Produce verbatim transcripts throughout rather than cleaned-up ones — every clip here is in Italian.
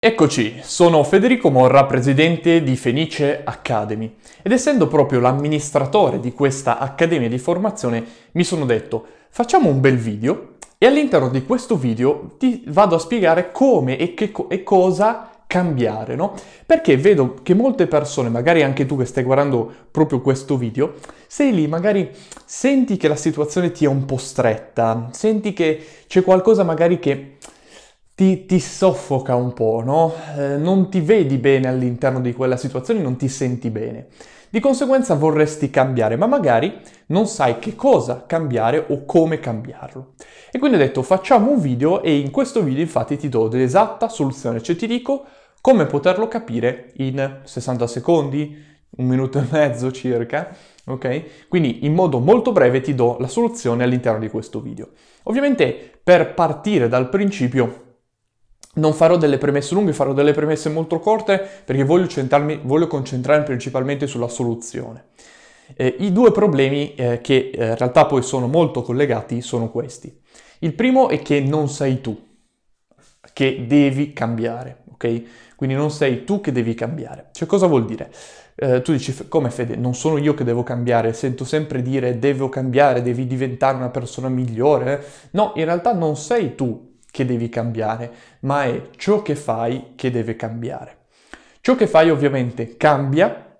Eccoci, sono Federico Morra, presidente di Fenice Academy ed essendo proprio l'amministratore di questa accademia di formazione mi sono detto facciamo un bel video e all'interno di questo video ti vado a spiegare come e, che co- e cosa cambiare, no? Perché vedo che molte persone, magari anche tu che stai guardando proprio questo video, sei lì, magari senti che la situazione ti è un po' stretta, senti che c'è qualcosa magari che Ti, ti soffoca un po', no? Eh, non ti vedi bene all'interno di quella situazione, non ti senti bene. Di conseguenza vorresti cambiare, ma magari non sai che cosa cambiare o come cambiarlo. E quindi ho detto facciamo un video e in questo video infatti ti do l'esatta soluzione, cioè ti dico come poterlo capire in sessanta secondi, un minuto e mezzo circa, ok? Quindi in modo molto breve ti do la soluzione all'interno di questo video. Ovviamente per partire dal principio non farò delle premesse lunghe, farò delle premesse molto corte perché voglio, centrarmi, voglio concentrarmi principalmente sulla soluzione. Eh, I due problemi eh, che eh, in realtà poi sono molto collegati sono questi. Il primo è che non sei tu che devi cambiare, ok? Quindi non sei tu che devi cambiare. Cioè cosa vuol dire? Eh, tu dici, come Fede, non sono io che devo cambiare, sento sempre dire devo cambiare, devi diventare una persona migliore. No, in realtà non sei tu che devi cambiare, ma è ciò che fai che deve cambiare. Ciò che fai ovviamente cambia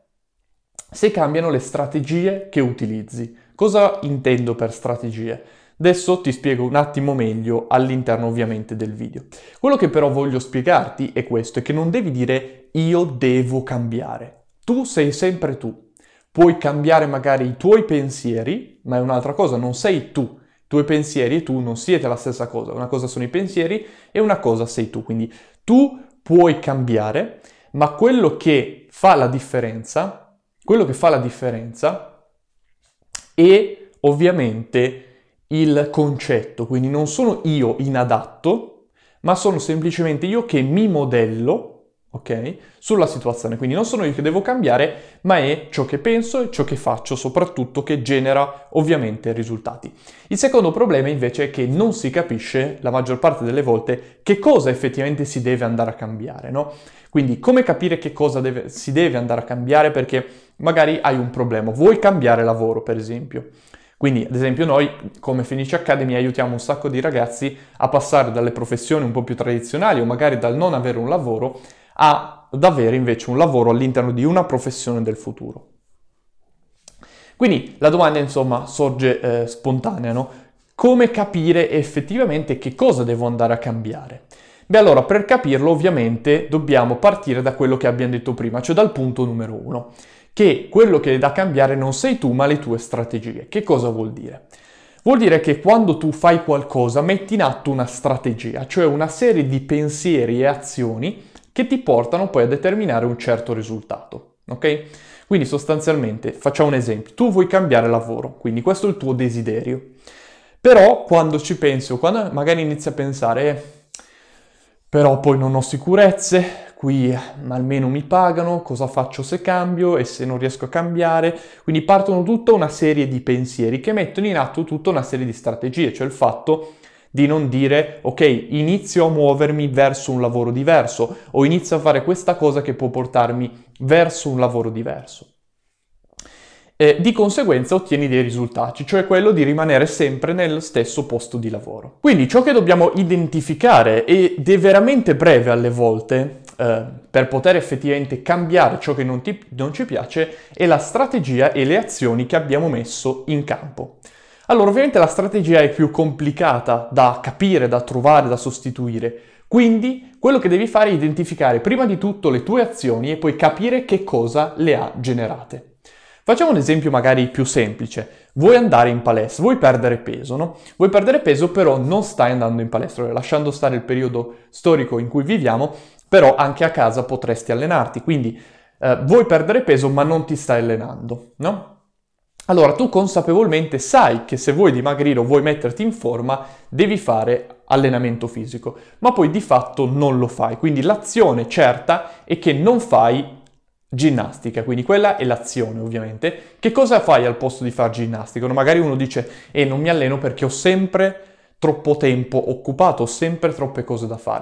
se cambiano le strategie che utilizzi. Cosa intendo per strategie? Adesso ti spiego un attimo meglio all'interno ovviamente del video. Quello che però voglio spiegarti è questo, è che non devi dire io devo cambiare. Tu sei sempre tu. Puoi cambiare magari i tuoi pensieri, ma è un'altra cosa, non sei tu. I tuoi pensieri e tu non siete la stessa cosa. Una cosa sono i pensieri e una cosa sei tu. Quindi tu puoi cambiare, ma quello che fa la differenza, quello che fa la differenza è ovviamente il concetto. Quindi non sono io inadatto, ma sono semplicemente io che mi modello, ok? Sulla situazione. Quindi non sono io che devo cambiare, ma è ciò che penso e ciò che faccio, soprattutto che genera ovviamente risultati. Il secondo problema invece è che non si capisce la maggior parte delle volte che cosa effettivamente si deve andare a cambiare, no? Quindi come capire che cosa deve, si deve andare a cambiare perché magari hai un problema, vuoi cambiare lavoro per esempio. Quindi, ad esempio, noi come Fenice Academy aiutiamo un sacco di ragazzi a passare dalle professioni un po' più tradizionali o magari dal non avere un lavoro a, ad avere invece un lavoro all'interno di una professione del futuro. Quindi la domanda insomma sorge eh, spontanea, no? Come capire effettivamente che cosa devo andare a cambiare? Beh allora per capirlo ovviamente dobbiamo partire da quello che abbiamo detto prima, cioè dal punto numero uno, che quello che è da cambiare non sei tu ma le tue strategie. Che cosa vuol dire? Vuol dire che quando tu fai qualcosa metti in atto una strategia, cioè una serie di pensieri e azioni che ti portano poi a determinare un certo risultato, ok? Quindi sostanzialmente, facciamo un esempio, tu vuoi cambiare lavoro, quindi questo è il tuo desiderio, però quando ci pensi o quando magari inizi a pensare, eh, però poi non ho sicurezze, qui almeno mi pagano, cosa faccio se cambio e se non riesco a cambiare, quindi partono tutta una serie di pensieri che mettono in atto tutta una serie di strategie, cioè il fatto di non dire ok, inizio a muovermi verso un lavoro diverso o inizio a fare questa cosa che può portarmi verso un lavoro diverso. Eh, di conseguenza ottieni dei risultati, cioè quello di rimanere sempre nello stesso posto di lavoro. Quindi ciò che dobbiamo identificare ed è veramente breve alle volte eh, per poter effettivamente cambiare ciò che non, ti, non ci piace è la strategia e le azioni che abbiamo messo in campo. Allora, ovviamente la strategia è più complicata da capire, da trovare, da sostituire. Quindi, quello che devi fare è identificare prima di tutto le tue azioni e poi capire che cosa le ha generate. Facciamo un esempio magari più semplice. Vuoi andare in palestra, vuoi perdere peso, no? Vuoi perdere peso, però non stai andando in palestra, lasciando stare il periodo storico in cui viviamo, però anche a casa potresti allenarti. Quindi, eh, vuoi perdere peso, ma non ti stai allenando, no? Allora tu consapevolmente sai che se vuoi dimagrire o vuoi metterti in forma devi fare allenamento fisico, ma poi di fatto non lo fai. Quindi l'azione certa è che non fai ginnastica, quindi quella è l'azione ovviamente. Che cosa fai al posto di fare ginnastica? Magari uno dice eh non mi alleno perché ho sempre troppo tempo occupato, ho sempre troppe cose da fare.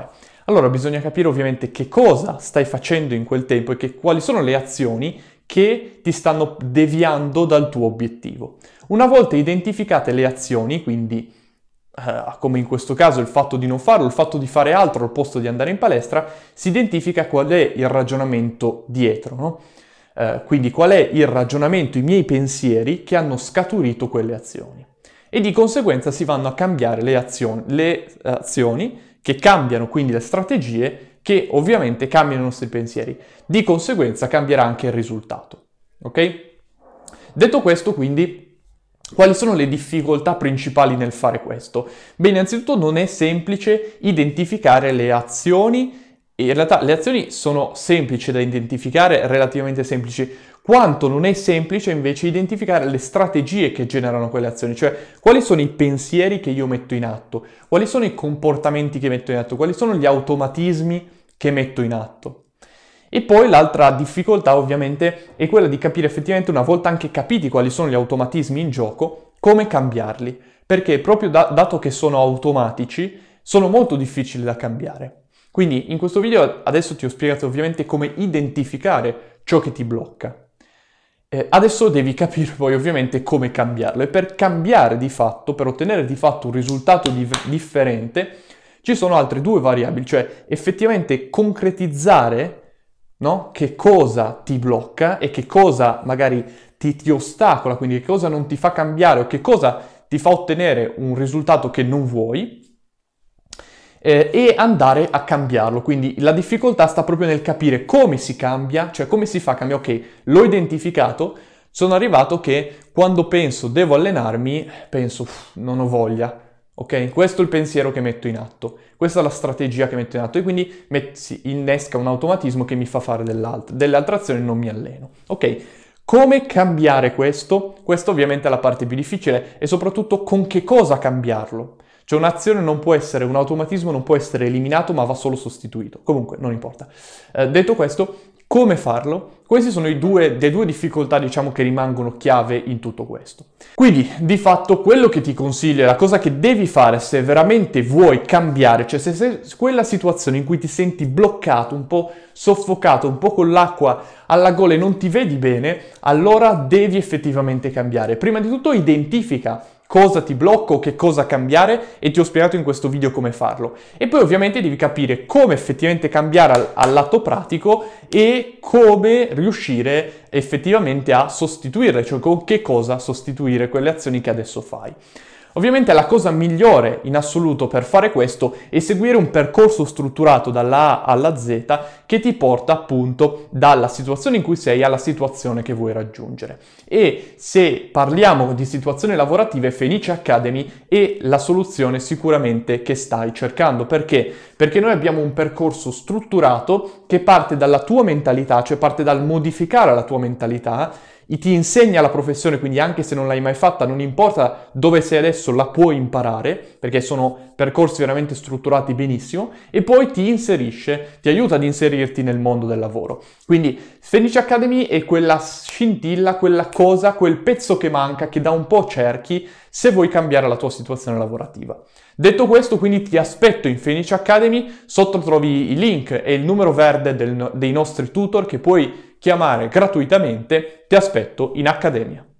allora bisogna capire ovviamente che cosa stai facendo in quel tempo e che, quali sono le azioni che ti stanno deviando dal tuo obiettivo. Una volta identificate le azioni, quindi eh, come in questo caso il fatto di non farlo, il fatto di fare altro al posto di andare in palestra, si identifica qual è il ragionamento dietro, no? Eh, quindi qual è il ragionamento, i miei pensieri che hanno scaturito quelle azioni. E di conseguenza si vanno a cambiare le azioni, le azioni che cambiano quindi le strategie, che ovviamente cambiano i nostri pensieri. Di conseguenza cambierà anche il risultato. Ok? Detto questo, quindi, quali sono le difficoltà principali nel fare questo? Beh, innanzitutto non è semplice identificare le azioni. In realtà le azioni sono semplici da identificare, relativamente semplici, quanto non è semplice invece identificare le strategie che generano quelle azioni, cioè quali sono i pensieri che io metto in atto, quali sono i comportamenti che metto in atto, quali sono gli automatismi che metto in atto. E poi l'altra difficoltà ovviamente è quella di capire effettivamente, una volta anche capiti quali sono gli automatismi in gioco, come cambiarli, perché proprio da, dato che sono automatici, sono molto difficili da cambiare. Quindi in questo video adesso ti ho spiegato ovviamente come identificare ciò che ti blocca. Eh, adesso devi capire poi ovviamente come cambiarlo, e per cambiare di fatto, per ottenere di fatto un risultato div- differente, ci sono altre due variabili, cioè effettivamente concretizzare, no? Che cosa ti blocca e che cosa magari ti, ti ostacola, quindi che cosa non ti fa cambiare o che cosa ti fa ottenere un risultato che non vuoi, Eh, e andare a cambiarlo. Quindi la difficoltà sta proprio nel capire come si cambia, cioè come si fa a cambiare. Ok, l'ho identificato, sono arrivato che quando penso devo allenarmi, penso non ho voglia. Ok, questo è il pensiero che metto in atto, questa è la strategia che metto in atto e quindi met- si innesca un automatismo che mi fa fare dell'altro, delle altre azioni, non mi alleno. Ok, come cambiare questo? Questa ovviamente è la parte più difficile, e soprattutto con che cosa cambiarlo. Cioè un'azione non può essere, un automatismo non può essere eliminato, ma va solo sostituito. Comunque, non importa. Eh, detto questo, come farlo? Queste sono i due, le due difficoltà, diciamo, che rimangono chiave in tutto questo. Quindi, di fatto, quello che ti consiglio è la cosa che devi fare se veramente vuoi cambiare, cioè se sei quella situazione in cui ti senti bloccato, un po' soffocato, un po' con l'acqua alla gola e non ti vedi bene, allora devi effettivamente cambiare. Prima di tutto identifica cosa ti blocca o che cosa cambiare, e ti ho spiegato in questo video come farlo. E poi ovviamente devi capire come effettivamente cambiare al, al lato pratico e come riuscire effettivamente a sostituire, cioè con che cosa sostituire quelle azioni che adesso fai. Ovviamente la cosa migliore in assoluto per fare questo è seguire un percorso strutturato dalla A alla Z che ti porta appunto dalla situazione in cui sei alla situazione che vuoi raggiungere. E se parliamo di situazioni lavorative, Fenice Academy è la soluzione sicuramente che stai cercando. Perché? Perché noi abbiamo un percorso strutturato che parte dalla tua mentalità, cioè parte dal modificare la tua mentalità, ti insegna la professione, quindi anche se non l'hai mai fatta, non importa dove sei adesso, la puoi imparare, perché sono percorsi veramente strutturati benissimo, e poi ti inserisce, ti aiuta ad inserirti nel mondo del lavoro. Quindi Fenice Academy è quella scintilla, quella cosa, quel pezzo che manca, che da un po' cerchi se vuoi cambiare la tua situazione lavorativa. Detto questo, quindi ti aspetto in Fenice Academy, sotto trovi i link e il numero verde del, dei nostri tutor che puoi chiamare gratuitamente. Ti aspetto in accademia.